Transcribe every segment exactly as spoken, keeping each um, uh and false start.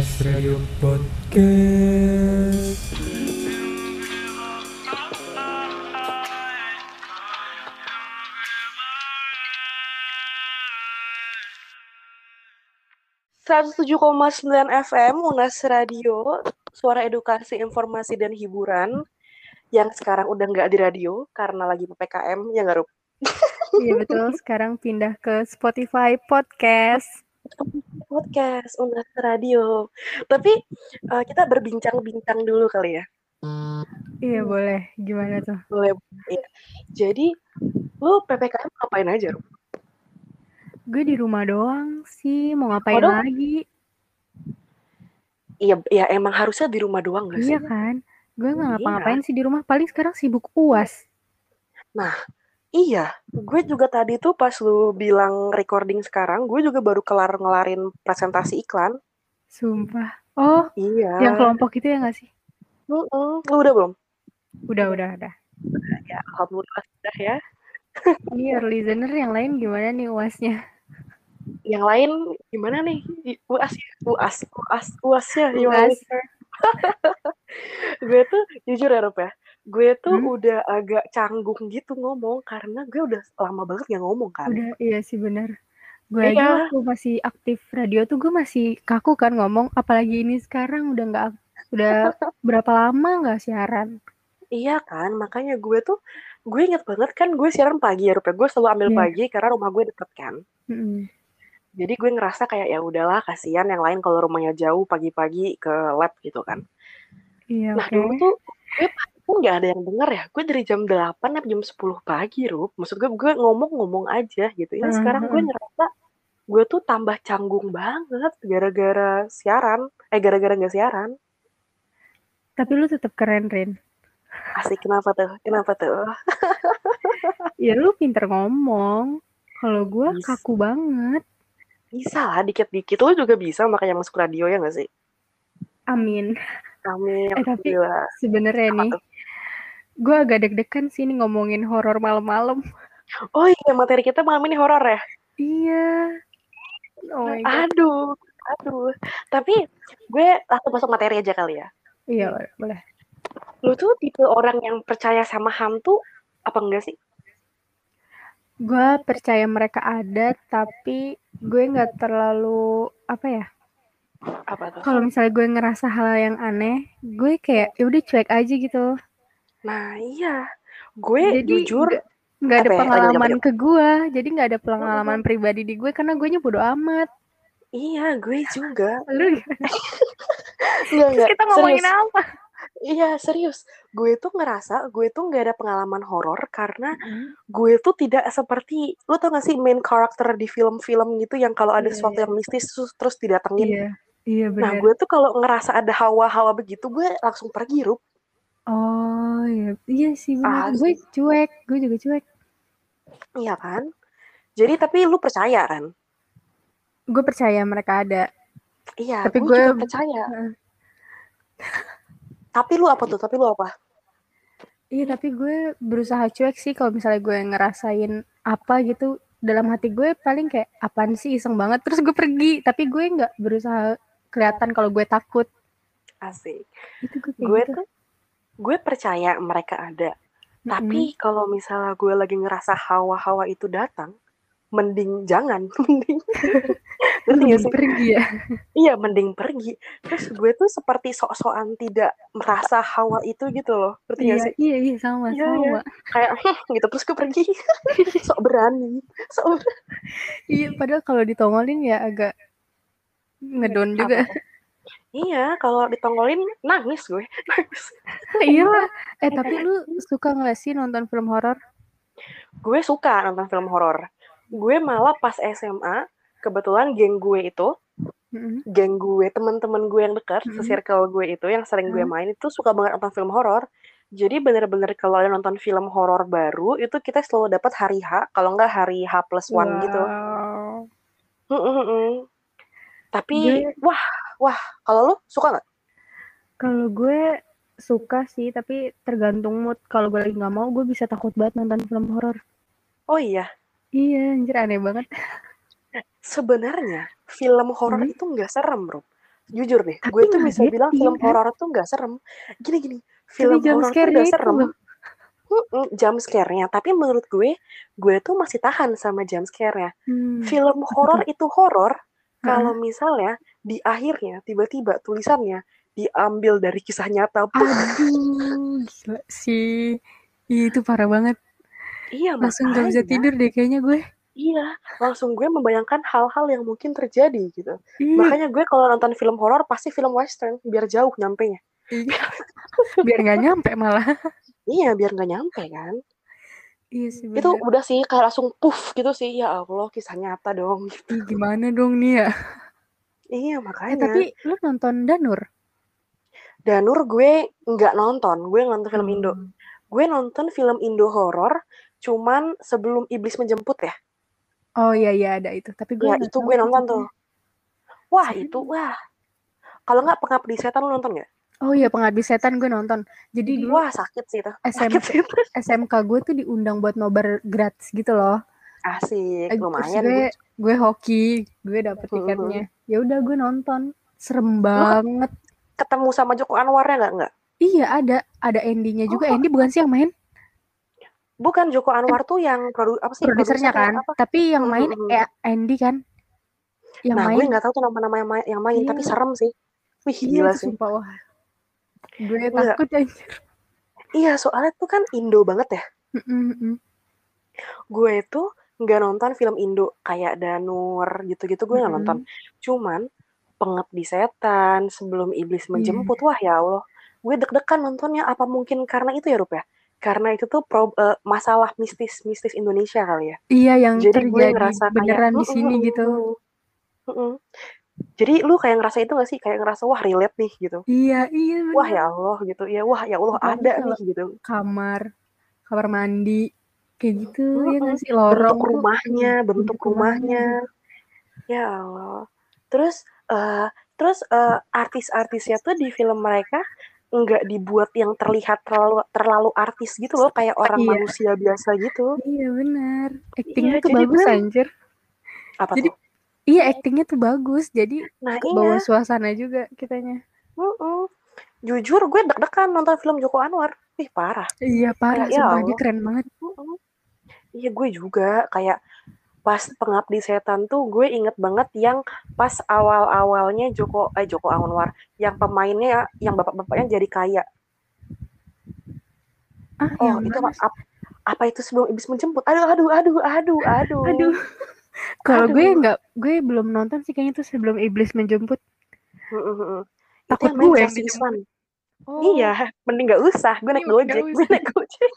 Unas Radio Podcast. seratus tujuh koma sembilan F M Unas Radio, suara edukasi, informasi, dan hiburan yang sekarang udah nggak di radio karena lagi P P K M, ya nggak, Rup? Iya betul, sekarang pindah ke Spotify Podcast. Podcast Unas Radio. Tapi uh, kita berbincang-bincang dulu kali ya. Iya boleh, gimana tuh? Boleh. Iya. Jadi, lu P P K M ngapain aja, Rup? Gue di rumah doang sih, mau ngapain Waduh. lagi? Iya, ya emang harusnya di rumah doang gak sih? Iya kan, gue nggak Iya. ngapa-ngapain sih di rumah, paling sekarang sibuk U A S. Nah, iya, gue juga tadi tuh pas lu bilang recording sekarang, gue juga baru kelar ngelarin presentasi iklan. Sumpah. Oh, Iya. yang kelompok itu ya nggak sih? Mm-mm. Lu udah belum? Udah, udah, udah. Ya, alhamdulillah sudah ya. Ini early listener yang lain gimana nih U A S-nya? Yang lain gimana nih? U A S ya? U A S, U A S, U A S-nya U A S. Gue tuh jujur ya, Rup ya, gue tuh Hmm? udah agak canggung gitu ngomong karena gue udah lama banget gak ngomong kan. Udah, iya sih benar. Gue Iya. aja waktu masih aktif radio tuh gue masih kaku kan ngomong, apalagi ini sekarang udah nggak, udah berapa lama nggak siaran. Iya kan, makanya gue tuh, gue inget banget kan gue siaran pagi ya, Rup ya. Gue selalu ambil Yeah. pagi karena rumah gue deket kan. Mm-hmm. Jadi gue ngerasa kayak ya udahlah, kasihan yang lain kalau rumahnya jauh pagi-pagi ke lab gitu kan. Iya, Nah oke. dulu tuh gue pagi tuh nggak ada yang denger ya. Gue dari jam delapan sampai jam sepuluh pagi, Rup. Maksud gue, gue ngomong-ngomong aja gitu. Ya Uh, sekarang gue uh. ngerasa gue tuh tambah canggung banget gara-gara siaran. Eh gara-gara nggak siaran. Tapi lu tetap keren, Rin. Asik, kenapa tuh? Kenapa tuh? Ya lu pinter ngomong. Kalau gue Bisa. kaku banget. Bisa lah, dikit-dikit. Lu juga bisa makanya masuk radio ya nggak sih? Amin. Amin. Eh tapi Gila. sebenarnya Apa nih, tuh? gue agak deg-degan sih nih ngomongin horor malam-malam. Oh iya, materi kita malam ini horor ya? Iya. Oh my god. Aduh, aduh. Tapi gue langsung masuk materi aja kali ya. Iya, boleh. Lu tuh tipe orang yang percaya sama hantu apa enggak sih? Gue percaya mereka ada, tapi gue nggak terlalu apa ya? Apa tuh? Kalau misalnya gue ngerasa hal yang aneh, gue kayak ya udah cuek aja gitu. Nah iya, gue Jadi jujur nggak ada apa ya? pengalaman Lanjut, lanjut. ke gue, jadi nggak ada pengalaman pribadi di gue karena gue nya bodo amat. Iya, gue juga. Lu Enggak, enggak. kita ngomongin Serius. apa? Iya, serius. Gue tuh ngerasa gue tuh nggak ada pengalaman horor karena Mm-hmm. gue tuh tidak seperti, lu tau gak sih main karakter di film-film gitu yang kalau ada Iya, sesuatu iya. yang mistis terus didatengin. Iya, iya Nah, benar. gue tuh kalau ngerasa ada hawa-hawa begitu, gue langsung pergi, Rup. Oh iya, iya sih benar. Ah, Gue cuek, gue juga cuek. Iya kan? Jadi tapi lu percaya kan? Gue percaya mereka ada. Iya, Tapi gue gue juga percaya. uh, Tapi lu apa tuh? Tapi lu apa? Iya, tapi gue berusaha cuek sih kalau misalnya gue ngerasain apa gitu dalam hati gue, paling kayak apaan sih, iseng banget, terus gue pergi. Tapi gue nggak berusaha kelihatan kalau gue takut. Asik. Itu gue kayak Gue gitu. tuh gue percaya mereka ada. Mm-hmm. Tapi kalau misalnya gue lagi ngerasa hawa-hawa itu datang, mending jangan, mending mending pergi ya. Iya, mending pergi. Terus gue tuh seperti sok-sokan tidak merasa hawa itu gitu loh. Ngerti iya, gak sih? iya, iya, sama, iya, sama. Iya. Kayak gitu, terus gue pergi. Sok berani. Sok berani. Iya, padahal kalau ditongolin ya agak ngedon juga. Apa? Iya, kalau ditongolin nangis gue. Nangis. Iya lah. Eh, tapi lu suka gak sih nonton film horor? Gue suka nonton film horor. Gue malah pas S M A, kebetulan geng gue itu, mm-hmm. geng gue, teman-teman gue yang dekat, mm-hmm. se-circle gue itu, yang sering mm-hmm. gue main, itu suka banget nonton film horor. Jadi bener-bener kalau ada nonton film horor baru, itu kita selalu dapat hari H, kalau enggak hari H plus one wow. gitu. Mm-mm-mm. Tapi, gue... wah, wah, kalau lu suka nggak? Kalau gue suka sih, tapi tergantung mood. Kalau gue lagi nggak mau, gue bisa takut banget nonton film horor. Oh iya? Iya, anjir aneh banget. Sebenarnya film horor hmm? itu nggak serem, bro. Jujur deh, Tapi gue tuh bisa ngagetin, bilang film kan? horor tuh nggak serem. Gini-gini, Tapi film jump horor tuh udah scare-nya itu serem. loh. Mm-mm, jump scare-nya. Tapi menurut gue, gue tuh masih tahan sama jump scare-nya. Hmm, Film apa horor tuh? itu horor kalau Heeh. misalnya di akhirnya tiba-tiba tulisannya diambil dari kisah nyata. Puh, Aduh, gila sih. Ih, itu parah banget. iya Langsung gak bisa makanya. tidur deh kayaknya gue. Iya, langsung gue membayangkan hal-hal yang mungkin terjadi gitu. Iya, Makanya gue kalau nonton film horor pasti film western biar jauh nyampenya. iya. Biar gak nyampe malah. Iya, biar nggak nyampe kan. Iya sih Itu bener. udah sih kayak langsung puff gitu sih. Ya Allah, kisah nyata dong. Ih, gimana dong nih ya? Iya, Eh, makanya. tapi lu nonton Danur? Danur gue nggak nonton. Gue nonton film Indo. Hmm. Gue nonton film Indo horor cuman sebelum Iblis Menjemput ya. Oh iya iya ada itu. Tapi gue Ya, nggak itu tahu gue tuh nonton tuh. judulnya. Wah, itu Serius? wah. Kalau nggak Pengabdi Setan lu nonton nggak? Oh iya Pengabdi Setan gue nonton. Jadi dulu Wah, sakit sih itu. Sakit S M P sih itu. S M K gue tuh diundang buat nobar gratis gitu loh. Asik, Eh, terus lumayan gue gue. gue hoki, gue dapet tiketnya. Ya udah gue nonton. Serem Lu banget. ketemu sama Joko Anwarnya nggak? Nggak. Iya ada, ada Andy-nya juga. Oh, Andy bukan sih yang main? bukan Joko Eh, Anwar tuh yang produ apa sih produsernya produsernya kan. apa? Tapi yang main eh Andy kan, yang Nah, gue main. nggak tahu tuh nama-nama yang main, yang main tapi Iya, serem sih. Wih, iya gila itu sih. sumpah wah. Gue Nggak. takut anjir. Iya, soalnya tuh kan Indo banget ya. Mm-mm. Gue itu nggak nonton film Indo kayak Danur gitu-gitu gue nggak nonton. Mm-mm. Cuman Pengabdi Setan, Sebelum Iblis Iya, Menjemput, wah ya Allah. Gue deg-degan nontonnya. Apa mungkin karena itu ya, Rup ya? Karena itu tuh pro, uh, masalah mistis-mistis Indonesia kali ya. iya yang Jadi gue terjadi ngerasa kayak, beneran di "Mm, mm, sini mm, gitu. mm, mm, mm." Jadi lu kayak ngerasa itu gak sih? Kayak ngerasa, wah relate nih gitu. Iya, iya Wah bener. ya Allah gitu. Ya wah ya Allah Apalagi ada kalau nih gitu. kamar, kamar mandi, kayak gitu ya Mm-mm. nggak sih lorong Bentuk tuh, uh, rumahnya, bentuk bentuk rumahnya, rumahnya. aduh. Ya Allah. Terus, uh, terus uh, artis-artisnya tuh di film mereka nggak dibuat yang terlihat terlalu terlalu artis gitu loh, kayak orang Iya, manusia biasa gitu. iya bener. Actingnya Iya, tuh jadi bagus gue anjir. apa Jadi tuh? iya actingnya tuh bagus, jadi Nah ke bawah iya, suasana juga kitanya. mm-mm. Jujur gue deg-degan nonton film Joko Anwar. Ih parah. Iya parah, Kayak ya sumpah dia Allah. keren banget. Mm-mm. Iya gue juga kayak pas Pengabdi Setan tuh gue inget banget yang pas awal-awalnya Joko eh Joko Anwar yang pemainnya yang bapak-bapaknya jadi kaya. Ah Oh yang itu mana? apa, apa itu Sebelum Iblis Menjemput? Aduh aduh aduh aduh aduh Aduh, kalau gue aduh. nggak, gue belum nonton sih kayaknya tuh Sebelum Iblis Menjemput. Itu Takut yang main gue yang Chelsea dijemput. Islan. Oh, Iya, mending gak usah. Gue naik iya nggak Gojek, gue usah. naik Gojek.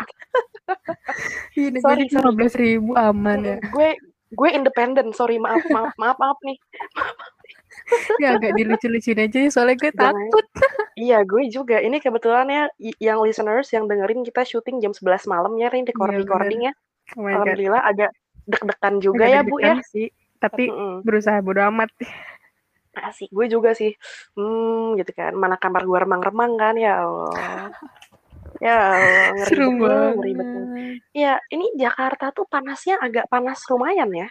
Iya, naik Sorry, Gojek lima sorry. belas ribu aman ya. Gue gue independen, sorry maaf maaf maaf maaf nih. Ya agak dilucu-lucuin aja ya, soalnya gue Jangan. takut. Iya, gue juga. Ini kebetulan ya yang listeners yang dengerin kita syuting jam sebelas malam ya, ini Iya bener. recording ya. Oh my god. Alhamdulillah agak deg-degan juga Agak ya, Bu deg-degan ya. sih, tapi Mm-mm. berusaha bodo amat. Asik, gue juga sih. Hmm, gitu kan. Mana kamar gue remang-remang kan, ya Allah. Ya Allah, ngeri Seru betul, ngeri betul. banget. Ya, ini Jakarta tuh panasnya agak panas lumayan ya.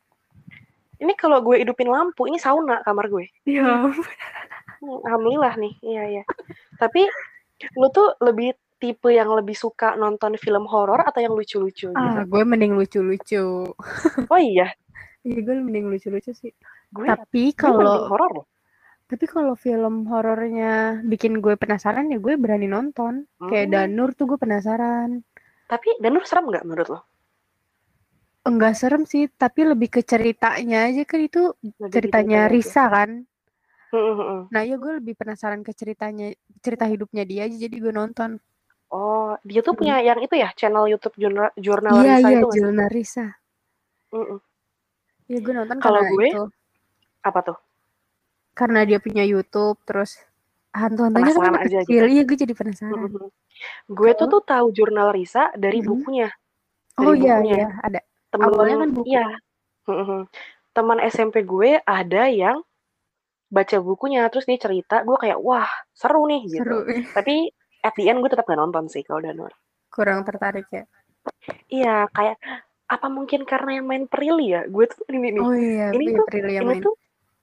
Ini kalau gue hidupin lampu, ini sauna kamar gue. Ya, Hmm, Alhamdulillah nih, iya ya. Tapi lu tuh lebih tipe yang lebih suka nonton film horor atau yang lucu-lucu gitu? ah, gue mending lucu-lucu. Oh iya, Iya, gue mending lucu-lucu sih. gue Tapi gue mending kalau horor loh. tapi kalau film horornya bikin gue penasaran ya gue berani nonton. Kayak Hmm. Danur tuh gue penasaran. Tapi Danur serem nggak menurut lo? Enggak serem sih, tapi lebih ke ceritanya aja kan itu Lebih ceritanya ceritanya aja. Risa kan. Hmm, hmm, hmm. Nah ya gue lebih penasaran ke ceritanya, cerita hidupnya dia aja jadi gue nonton. Oh, dia tuh punya Hmm. yang itu ya, channel YouTube jurnal, jurnal Iya Risa iya itu nggak sih? Jurnal Risa. Hmm. Iya gue nonton Kalau karena gue, itu. apa tuh? Karena dia punya YouTube, terus hantu-hantunya kan Penasaran anak aja kecil. gitu. Iya gue jadi Hmm, penasaran. hmm. Gue tuh Kalau tuh tahu jurnal Risa dari mm-mm. bukunya. Oh Dari iya bukunya. iya ada. Temen, Awalnya kan buku. iya. Hmm. Teman S M P gue ada yang baca bukunya, terus dia cerita, gue kayak, wah seru nih gitu. Seru. Tapi at the end gue tetap gak nonton sih kalau Danur. Kurang tertarik ya. Iya, kayak apa mungkin karena yang main Prilly ya? Gue tuh ini nih. Oh iya, Ini iya tuh Prilly yang ini main. tuh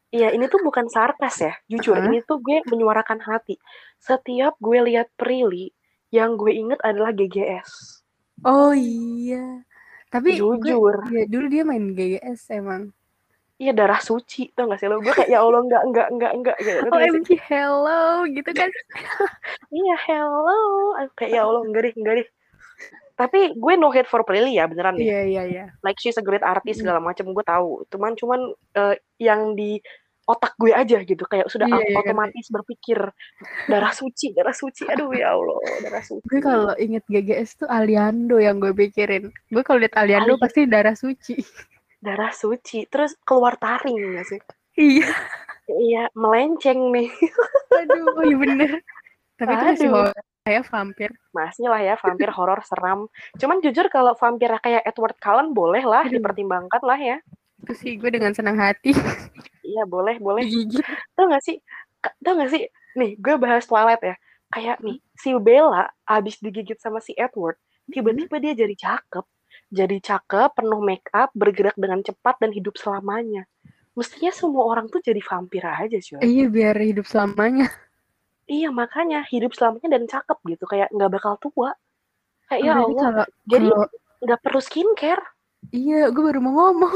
Iya, ini tuh bukan sarkas ya, jujur. Heeh. Ini tuh gue menyuarakan hati. Setiap gue lihat Prilly, yang gue inget adalah G G S. Oh iya. Tapi gue, Jujur. ya dulu dia main G G S emang. Iya, darah suci, tau gak sih lo? Gue kayak, ya Allah, enggak, enggak, enggak, enggak, gitu. Ngerti gak sih? O M G, hello, gitu kan. Iya, hello. Kayak, ya Allah, enggak deh, enggak deh. Tapi gue no hate for Prilly ya, beneran nih. Iya, iya, iya. Like, she's a great artist, segala macam, gue tahu. Cuman, cuman uh, yang di otak gue aja gitu, kayak sudah Iya, iya, otomatis ngerti. berpikir darah suci, darah suci, aduh ya Allah, darah suci. Gue kalau inget G G S tuh Aliando yang gue pikirin. Gue kalau liat Aliando Ali, pasti darah suci. darah suci, terus keluar taring gak sih? Iya. Iya, melenceng nih. Aduh, iya bener. Tapi itu masih horor ya, vampir. Masih lah ya, vampir horor seram. Cuman jujur kalau vampir kayak Edward Cullen boleh lah, Aduh. dipertimbangkan lah ya. Itu sih gue dengan senang hati. Iya, boleh, boleh. Digigit. Tau gak sih? Tau gak sih? Nih, gue bahas Twilight ya. Kayak nih, si Bella abis digigit sama si Edward, tiba-tiba dia jadi cakep. Jadi cakep, penuh make up, bergerak dengan cepat, dan hidup selamanya. Mestinya semua orang tuh jadi vampir aja, cuy. Iya, biar hidup selamanya. Iya, makanya hidup selamanya dan cakep gitu. Kayak gak bakal tua. Kayak ya Allah. Kalo, jadi kalo... gak perlu skincare. Iya, gue baru mau ngomong.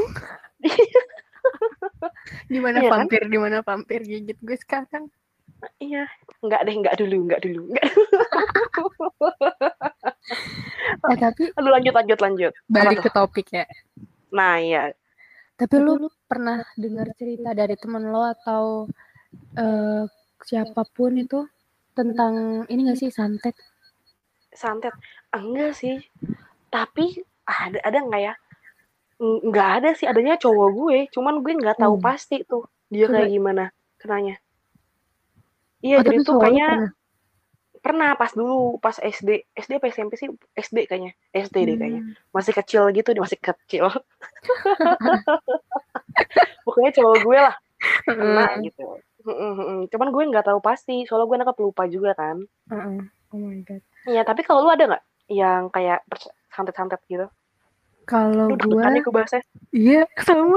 Dimana iya, vampir, kan? dimana vampir gigit gue sekarang. Iya, enggak deh, enggak dulu, enggak dulu. Enggak. Eh, tapi... Aduh, lanjut, lanjut, lanjut. Balik ke topik ya. Nah, iya. Tapi lu pernah dengar cerita dari temen lo atau uh, siapapun itu tentang ini gak sih, santet? Santet? Enggak sih. Tapi ada ada nggak ya? Nggak ada sih, adanya cowok gue. Cuman gue nggak tahu hmm. pasti tuh dia Coba. Kayak gimana kenanya. Iya, oh, jadi tuh kayaknya pernah? pernah pas dulu, pas S D. S D apa S M P sih? S D kayaknya. S D hmm. deh kayaknya. Masih kecil gitu, masih kecil. Pokoknya cowok gue lah. Kena hmm. gitu. Cuman gue nggak tahu pasti, soalnya gue anak pelupa juga kan. Uh-uh. Oh my god. Iya, tapi kalau lu ada nggak yang kayak santet-santet gitu? Kalau gue, gue bahasnya. Iya, sama.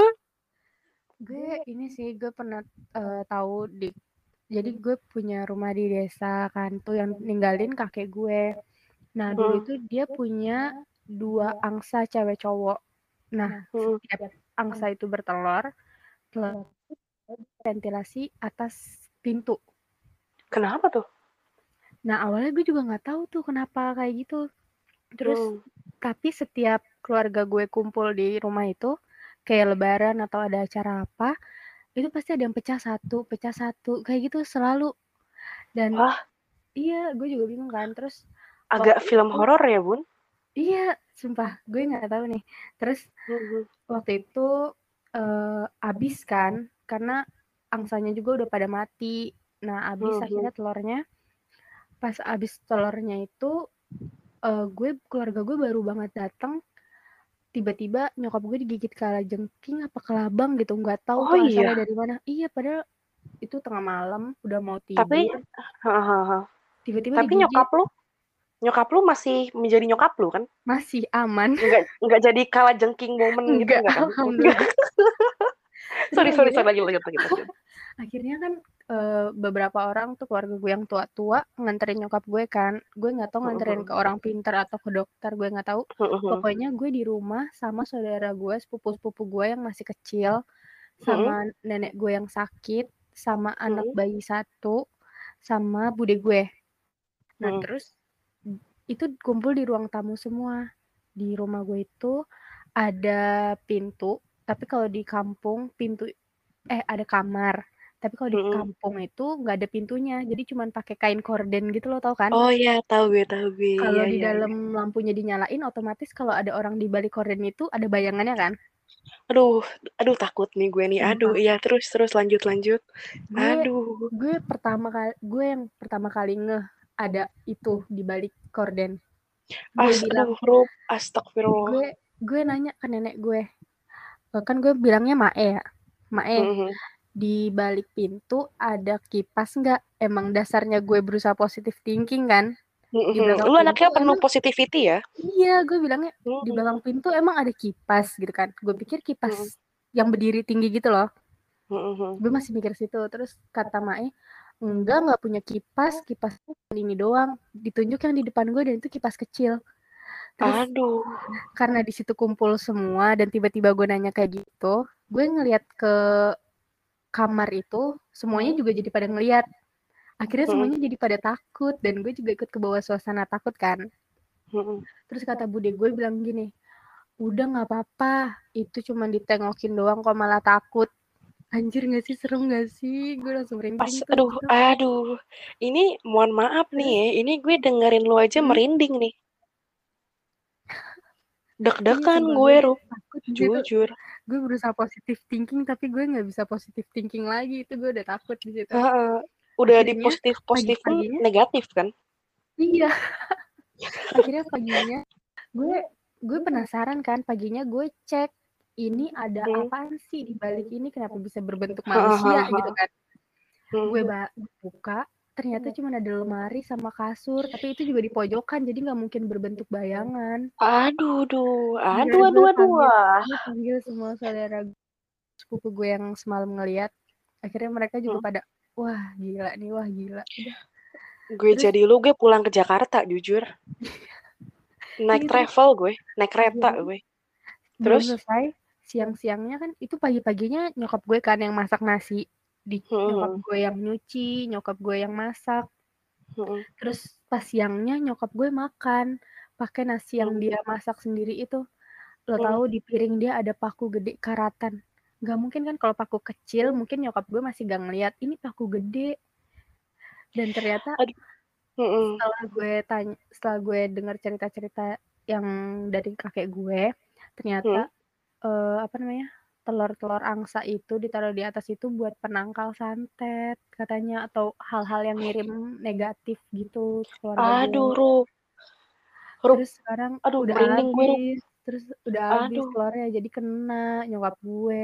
Gue ini sih, gue pernah uh, tahu di, jadi gue punya rumah di desa kan, tuh yang ninggalin kakek gue. Nah, hmm. dulu itu dia punya dua angsa cewek cowok. Nah, hmm. setiap angsa itu bertelur, telur ventilasi atas pintu. Kenapa tuh? Nah, awalnya gue juga nggak tahu tuh kenapa kayak gitu. Terus, hmm. tapi setiap keluarga gue kumpul di rumah itu, kayak lebaran atau ada acara apa, itu pasti ada yang pecah satu, pecah satu, kayak gitu selalu. Dan, Wah. Iya, gue juga bingung kan. Terus, agak film horor ya, Bun? Iya, sumpah, gue nggak tahu nih. Terus, hmm. waktu itu uh, abis kan, karena angsanya juga udah pada mati. Nah, abis hmm. akhirnya telurnya, pas abis telurnya itu, uh, gue keluarga gue baru banget datang, tiba-tiba nyokap gue digigit kalajengking apa kelabang gitu, nggak tahu oh, tuh asalnya iya. dari mana. Iya, padahal itu tengah malam, udah mau tidur. Tapi, hahaha. Tiba-tiba Tapi digigit. nyokap lu, nyokap lu masih menjadi nyokap lu kan? Masih aman. Enggak, enggak jadi kalajengking moment gitu enggak kan? Alhamdulillah. sorry, sorry, sorry, lagi, lagi, lagi, lagi. Akhirnya kan uh, beberapa orang tuh keluarga gue yang tua-tua nganterin nyokap gue kan. Gue nggak tahu nganterin uh-huh. ke orang pintar atau ke dokter, gue nggak tahu. Uh-huh. Pokoknya gue di rumah sama saudara gue, sepupu-sepupu gue yang masih kecil, sama uh-huh. nenek gue yang sakit, sama uh-huh. anak bayi satu, sama bude gue. Nah uh-huh. terus itu kumpul di ruang tamu semua. Di rumah gue itu ada pintu, tapi kalau di kampung pintu eh ada kamar. Tapi kalau di kampung itu nggak ada pintunya, jadi cuma pakai kain korden gitu lo, tau kan? Oh iya, tahu gue, tahu gue. Kalau ya, di ya, dalam ya. lampunya dinyalain, otomatis kalau ada orang di balik korden itu ada bayangannya kan? Aduh, aduh takut nih gue nih. Aduh, iya terus terus lanjut lanjut. Gue, aduh. Gue pertama kali, gue yang pertama kali ngeh ada itu di balik korden. Gue As, bilang, aduh, astagfirullah. Gue, gue nanya ke nenek gue, kan gue bilangnya Mae ya, Mae. Mm-hmm. Di balik pintu ada kipas nggak? Emang dasarnya gue berusaha positive thinking kan? Di belakang lu anaknya penuh emang, positivity ya? Iya, gue bilangnya mm-hmm. di belakang pintu emang ada kipas gitu kan? Gue pikir kipas mm-hmm. yang berdiri tinggi gitu loh. Mhm. Gue masih mikir situ, terus kata Mae, "Enggak, nggak punya kipas, kipas ini doang." Ditunjuk yang di depan gue dan itu kipas kecil. Terus Aduh. karena di situ kumpul semua dan tiba-tiba gue nanya kayak gitu, gue ngelihat ke kamar itu, semuanya juga jadi pada ngelihat. Akhirnya Mhm. semuanya jadi pada takut dan gue juga ikut ke bawah suasana takut kan. Mhm. Terus kata bude gue bilang gini, "Udah nggak apa-apa, itu cuma ditengokin doang kok malah takut." Anjir nggak sih, serem nggak sih? Gue langsung Pas, merinding tuh aduh, gitu. aduh. Ini mohon maaf nih Terus, ya, ini gue dengerin lu aja mm, merinding nih. iya Deg-degan sumpah gue, gue Rup. takut di situ. Jujur. Gue berusaha positive thinking tapi gue nggak bisa positive thinking lagi, itu gue udah takut di situ. Heeh. Udah di Akhirnya positif-positif pun pagi-paginya, negatif kan? iya. Akhirnya paginya gue gue penasaran kan, paginya gue cek ini ada Hmm. apaan sih di balik ini, kenapa bisa berbentuk manusia gitu Hahaha. kan. Hmm. Gue ba- buka, ternyata cuma ada lemari sama kasur, tapi itu juga di pojokan, jadi nggak mungkin berbentuk bayangan. Aduh, aduh, Akhirnya aduh, gue aduh, aduh. panggil, Wah. gue panggil semua saudara sepupu gue yang semalam ngeliat. Akhirnya mereka juga Hmm. pada, wah gila nih, wah gila. Udah. Gue Terus, jadi lu, gue pulang ke Jakarta, jujur. Naik iya terus travel gue, naik kereta akhirnya gue. belum Terus? selesai, siang-siangnya kan itu pagi-paginya nyokap gue kan yang masak nasi. Di nyokap Hmm. gue yang nyuci, nyokap gue yang masak. Hmm. Terus pas siangnya nyokap gue makan pakai nasi yang Hmm. dia masak sendiri itu. Lo Hmm. tahu di piring dia ada paku gede karatan. Gak mungkin kan kalau paku kecil mungkin nyokap gue masih gak ngeliat ini paku gede. Dan ternyata Aduh. Hmm. setelah gue tanya, setelah gue dengar cerita-cerita yang dari kakek gue, ternyata Hmm. eh, apa namanya, telur-telur angsa itu ditaruh di atas itu buat penangkal santet katanya, atau hal-hal yang ngirim negatif gitu ke keluarga Aduh, gue. Rup. Rup. Terus sekarang Aduh, udah merinding gue, Rup. habis, terus udah habis Aduh. telurnya jadi kena nyokap gue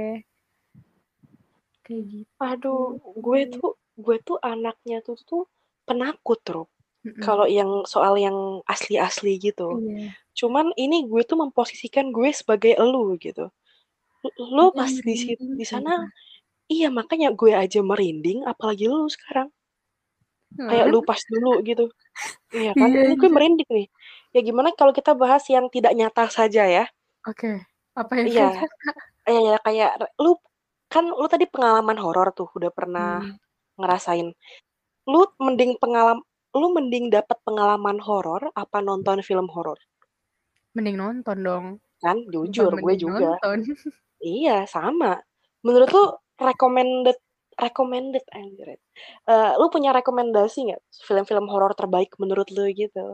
kayak gitu. Aduh, gue tuh gue tuh anaknya tuh tuh penakut, Rup. Mm-mm. Kalau yang soal yang asli-asli gitu. Iya, Cuman ini gue tuh memposisikan gue sebagai elu gitu. Lu iya pas di sit- merinding di sih. sana, iya makanya gue aja merinding, apalagi lu sekarang. Kayak Heeh. lu pas dulu gitu. Iya kan? Iya Ini gue anjir. merinding nih. Ya gimana kalau kita bahas yang tidak nyata saja ya? Oke, apa yang Iya, kayaknya? iya ya, kayak lu kan lu tadi pengalaman horor tuh udah pernah Hmm. ngerasain. Lu mending pengalam lu mending dapat pengalaman horor apa nonton film horor? Mending nonton dong. Kan Sumpah jujur gue mending juga. nonton. Iya, sama. Menurut lu recommended recommended anjir. Eh, lu punya rekomendasi nggak film-film horor terbaik menurut lu gitu?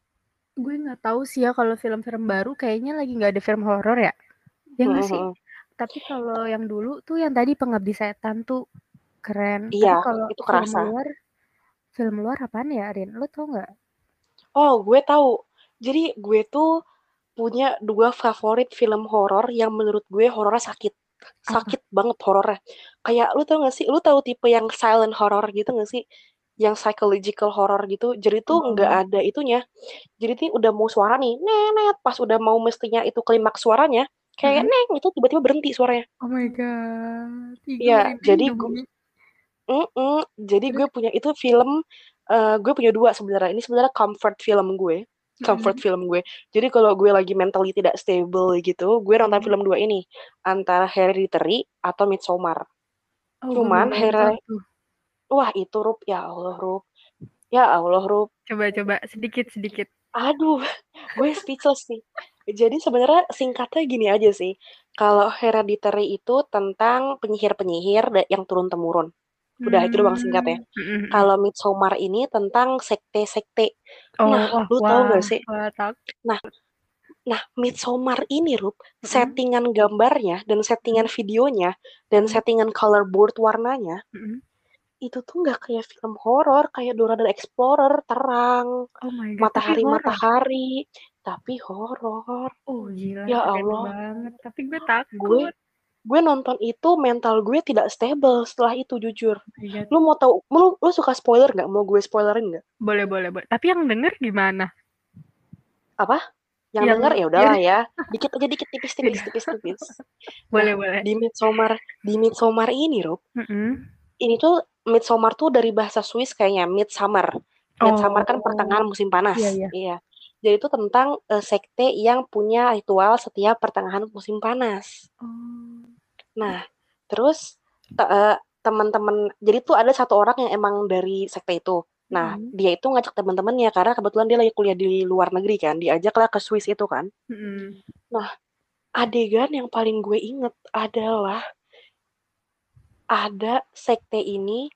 Gue nggak tahu sih ya kalau film-film baru kayaknya lagi nggak ada film horor ya. Ya nggak sih? Mhm. Tapi kalau yang dulu tuh yang tadi Pengabdi Setan tuh keren. Iya, Tapi kalau itu film kerasa. luar, film luar apaan ya, Rin? Lo tau nggak? Oh, gue tahu. Jadi gue tuh punya dua favorit film horor yang menurut gue horornya sakit. Apa? Sakit banget horornya. Kayak lu tau gak sih? Lu tahu tipe yang silent horror gitu gak sih? Yang psychological horror gitu. Jadi tuh nggak Oh, ada itunya. Jadi tuh udah mau suara nih, nenet. Pas udah mau mestinya itu klimaks suaranya, kayak mm-mm. neng, itu tiba-tiba berhenti suaranya. Oh my god, ih gue Iya, merinding jadi gue, demi. mm-mm, jadi gue Terus, punya itu film, eh, gue punya dua sebenarnya. Ini sebenarnya comfort film gue, comfort mm-mm. film gue. Jadi kalau gue lagi mentally tidak stable gitu, gue nonton Mm. film dua ini, antara Hereditary atau Midsommar. Oh, gue belum Cuman nonton Here, tuh. wah itu Rup, ya Allah Rup, ya Allah Rup, Coba-coba sedikit-sedikit. aduh, gue speechless sih. Jadi sebenarnya singkatnya gini aja sih. Kalau Hereditary itu tentang penyihir-penyihir da- yang turun-temurun. Udah itu doang singkatnya. Hmm, mm-mm. Kalau Midsommar ini tentang sekte-sekte. Oh, Nah, wah, lu tahu wah, gak sih? wah, tak. Nah, nah Midsommar ini, Rup, Mm-mm, settingan gambarnya dan settingan mm-mm, videonya dan mm-mm, settingan color board warnanya mm-mm. itu tuh nggak kayak film horor, kayak Dora the Explorer, terang, Oh my god, tapi horor. matahari-matahari, tapi horor. Oh gila, Ya keren Allah, banget. Tapi gue gue takut. gue nonton itu mental gue tidak stable setelah itu jujur. Oh my god. Lu mau tahu, lu, lu suka spoiler nggak? Mau gue spoilerin nggak? Boleh, boleh, boleh. Tapi yang denger gimana? Apa? Yang, yang denger ya udahlah ya, dikit aja dikit tipis-tipis tipis-tipis. Boleh, nah, boleh. Di Midsommar, di Midsommar ini, Rob. Mm-hmm. Ini tuh Midsommar tuh dari bahasa Swiss kayaknya, Midsummer. Midsummer oh. kan pertengahan musim panas. Iya, iya. Iya. Jadi itu tentang uh, sekte yang punya ritual setiap pertengahan musim panas. Oh. Nah, terus uh, teman-teman, jadi tuh ada satu orang yang emang dari sekte itu. Nah, mm-hmm. dia itu ngajak teman-temannya karena kebetulan dia lagi kuliah di luar negeri kan, diajaklah ke Swiss itu kan. Mm-hmm. Nah, adegan yang paling gue inget adalah ada sekte ini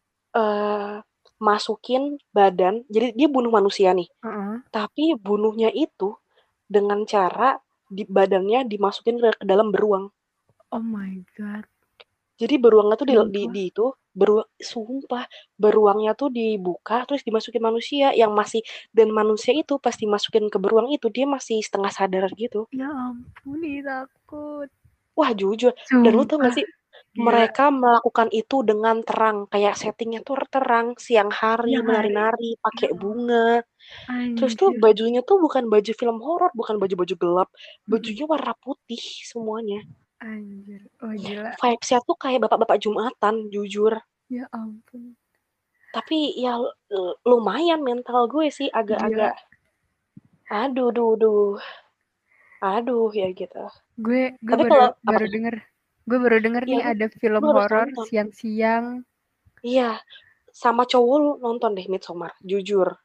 uh, masukin badan, jadi dia bunuh manusia nih, uh-uh. tapi bunuhnya itu dengan cara di badannya dimasukin ke, ke dalam beruang. Oh my god. Jadi beruangnya tuh di, di, di itu beruang, sumpah beruangnya tuh dibuka terus dimasukin manusia yang masih, dan manusia itu pas dimasukin ke beruang itu dia masih setengah sadar gitu. Ya ampun, takut. Wah jujur. Sumpah. Dan lu tau gak sih, gila. Mereka melakukan itu dengan terang, kayak settingnya tuh terang, siang hari, ya, menari-nari, pakai ya. bunga. Anjir. Terus tuh bajunya tuh bukan baju film horor, bukan baju-baju gelap, bajunya warna putih semuanya. Anjir, oh gila. Vibes-nya tuh kayak bapak-bapak Jumatan, jujur. Ya ampun. Tapi ya lumayan mental gue sih agak-agak, aduh, duh, duh, aduh ya gitu. Gue, gue Tapi baru, kalau baru denger, gue baru denger ya, nih ada film horor siang-siang. Iya, sama cowok lu nonton deh Midsommar, jujur.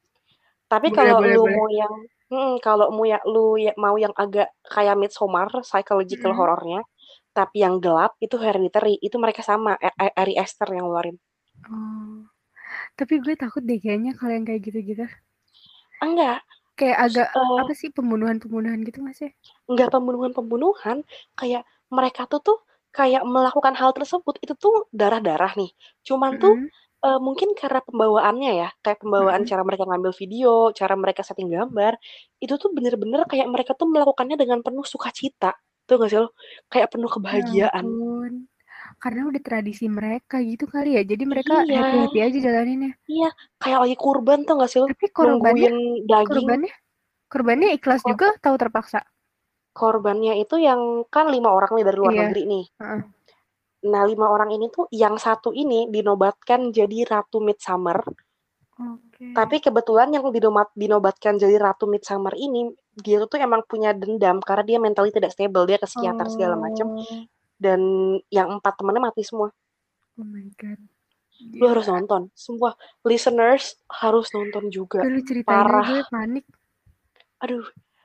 Tapi kalau lu boleh. mau yang, hmm, kalau mau ya lu ya, mau yang agak kayak Midsommar, psychological mm-hmm. horornya, tapi yang gelap itu Hereditary, itu mereka sama, Ari Aster yang ngeluarin. Oh. Tapi gue takut deh kayaknya kalau yang kayak gitu-gitu. Enggak. Kayak agak uh, apa sih pembunuhan-pembunuhan gitu nggak sih? Enggak pembunuhan-pembunuhan, kayak mereka tuh tuh kayak melakukan hal tersebut itu tuh darah-darah nih. Cuman mm-hmm. tuh uh, mungkin karena pembawaannya ya, kayak pembawaan mm-hmm. cara mereka ngambil video, cara mereka setting gambar, itu tuh bener-bener kayak mereka tuh melakukannya dengan penuh sukacita. Tuh nggak sih lo? Kayak penuh kebahagiaan. Ya ampun. Karena udah tradisi mereka gitu kali ya, jadi mereka iya. happy-happy aja jalaninnya. Iya, kayak lagi kurban tuh nggak sih lo? Tapi korbannya, nungguin daging. Korbannya, korbannya ikhlas Kor- juga, tahu terpaksa. Korbannya itu yang kan lima orang nih dari luar iya. negeri nih. Uh-uh. Nah lima orang ini tuh, yang satu ini dinobatkan jadi Ratu Midsummer. Okay. Tapi kebetulan yang dinobat, dinobatkan jadi Ratu Midsummer ini, dia tuh emang punya dendam karena dia mentally tidak stable, dia ke psikiater oh. segala macam. Dan yang empat temannya mati semua. Oh my god. Gila. Lu harus nonton. Semua listeners harus nonton juga. Lu ceritain Parah. Gue panik. Aduh.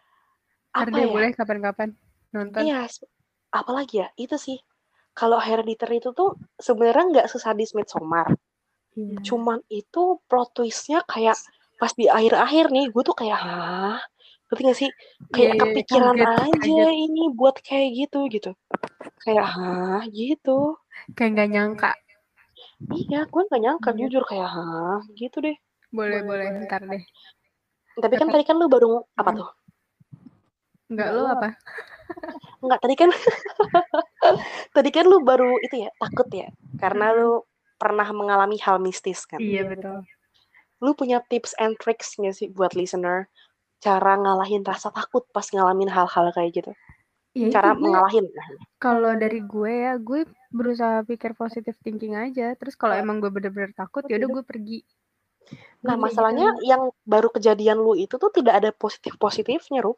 Apa ya? Boleh kapan-kapan nonton. Iya. Apalagi ya? Itu sih. Kalau Hereditary itu tuh sebenarnya nggak sesadis Midsommar. Yeah. Cuman itu plot twist-nya kayak pas di akhir-akhir nih, gue tuh kayak, hah? Ngerti gak sih? Kayak yeah, kepikiran kaget, aja kaget. Ini buat kayak gitu, gitu. Kayak, hah? Gitu. Kayak nggak nyangka. Iya, gue gak nyangka, yeah. jujur. Kayak, hah? Gitu deh. Boleh, boleh. boleh. Ntar deh. Tapi kan tadi kan lu baru, apa tuh? Enggak, lu apa? Enggak, tadi kan tadi kan lu baru itu ya, takut ya. Karena lu pernah mengalami hal mistis kan. Iya, betul. Lu punya tips and tricks gak sih buat listener? Cara ngalahin rasa takut pas ngalamin hal-hal kayak gitu? Ya, cara mengalahin. Kalau dari gue ya, gue berusaha pikir positive thinking aja. Terus kalau emang gue bener-bener takut, ya udah gue pergi. Nah, gue masalahnya gitu. Yang baru kejadian lu itu tuh tidak ada positif-positifnya, Rup.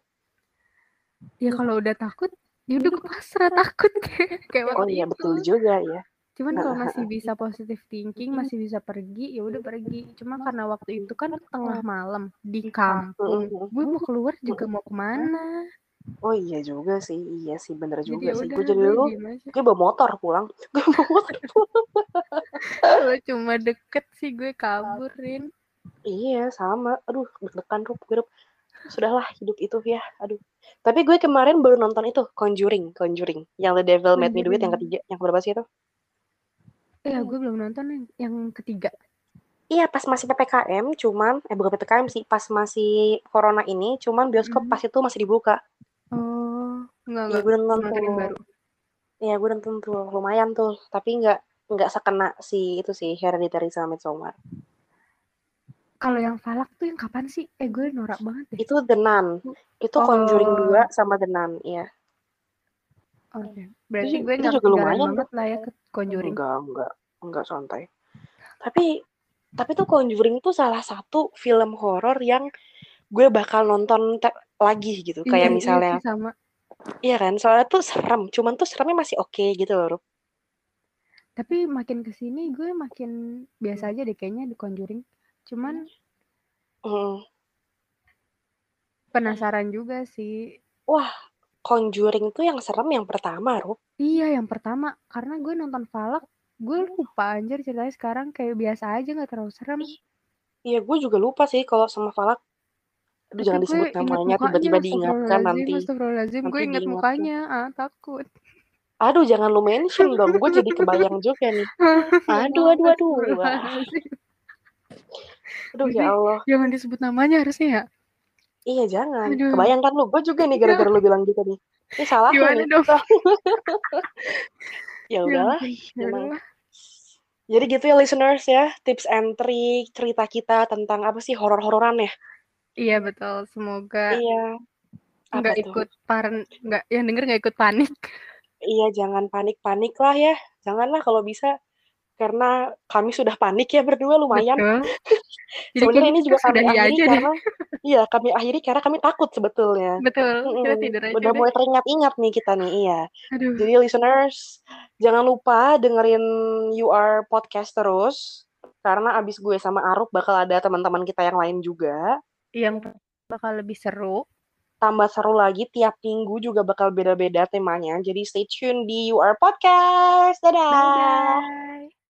Ya kalau udah takut, ya udah gue pasrah takut kayak kayak Oh iya, itu. Betul juga ya. Cuman kalau masih bisa positive thinking, masih bisa pergi, ya udah pergi. Cuma karena waktu itu kan tengah malam di kampung, gue mau keluar juga mau kemana? Oh iya juga sih, iya sih bener juga jadi sih. Gue jadi dulu, gue bawa motor pulang. Gue bawa motor pulang. Kalau cuma deket sih gue kaburin. Iya sama, aduh deg-degan Rup, gue Rup. Sudahlah hidup itu ya, aduh. Tapi gue kemarin baru nonton itu, Conjuring, Conjuring. Yang The Devil Made Me Do It yang ketiga, yang berapa sih itu? Iya, gue belum nonton yang ketiga. Iya, pas masih P P K M, cuman, eh bukan P P K M sih, pas masih Corona ini, cuman bioskop mm-hmm. pas itu masih dibuka. Oh, enggak, ya, gue nonton nonton yang baru. Iya, gue nonton tuh, lumayan tuh. Tapi nggak nggak sekena si itu sih, Hereditary sama Midsommar. Kalau yang Falak tuh yang kapan sih? Eh gue norak banget deh. Itu The Nun. Itu Oh. Conjuring dua sama The Nun, iya. Oke. Okay. Berarti Itu, gue itu nggak juga ketinggalan lumayan banget tuh. lah ya ke Conjuring. Enggak, enggak. Enggak santai. Tapi tapi tuh Conjuring tuh salah satu film horor yang gue bakal nonton te- lagi gitu. Iya, Kayak iya misalnya, sih sama. iya kan, soalnya tuh serem. Cuman tuh seremnya masih oke okay gitu loh, Rup. Tapi makin kesini gue makin biasa aja deh kayaknya di Conjuring. Cuman Hmm. penasaran juga sih. Wah, Conjuring tuh yang serem yang pertama, Rup. Iya, yang pertama. Karena gue nonton Falak, gue lupa anjir ceritanya sekarang kayak biasa aja gak terlalu serem. Iya, gue juga lupa sih kalau sama Falak. Aduh, Tapi jangan gue disebut inget namanya, mukanya, tiba-tiba diingatkan astagfirullahaladzim, nanti. astagfirullahaladzim. Nanti Gue inget diingatkan. mukanya, ah takut. Aduh, jangan lu mention dong. Gue jadi kebayang juga nih. Aduh, aduh, aduh. Wah. Aduh, ya Allah. Jangan disebut namanya harusnya ya. Iya, jangan. Aduh. Kebayangkan lu. Gue juga nih gara-gara lu bilang gitu nih. Ini salah lu Gimana nih. dong? Ya udahlah. Ya Emang. udahlah. Jadi gitu ya listeners ya. Tips and trick cerita kita tentang apa sih horor-hororan ya. Iya betul. Semoga Iya. Apa nggak tuh? ikut paren, nggak yang denger nggak ikut panik. Iya, jangan panik-panik lah ya. Janganlah kalau bisa. Karena kami sudah panik ya berdua lumayan. Sebenarnya ini juga kami akhiri karena iya kami akhiri karena kami takut sebetulnya. Betul. Mm-mm. Kita tidur aja Udah deh. mulai teringat-ingat nih kita nih, iya. Aduh. Jadi listeners, jangan lupa dengerin You Are Podcast terus. Karena abis gue sama Arup bakal ada teman-teman kita yang lain juga. Yang bakal lebih seru. Tambah seru lagi, tiap minggu juga bakal beda-beda temanya. Jadi stay tune di You Are Podcast. Dadah! Bye-bye.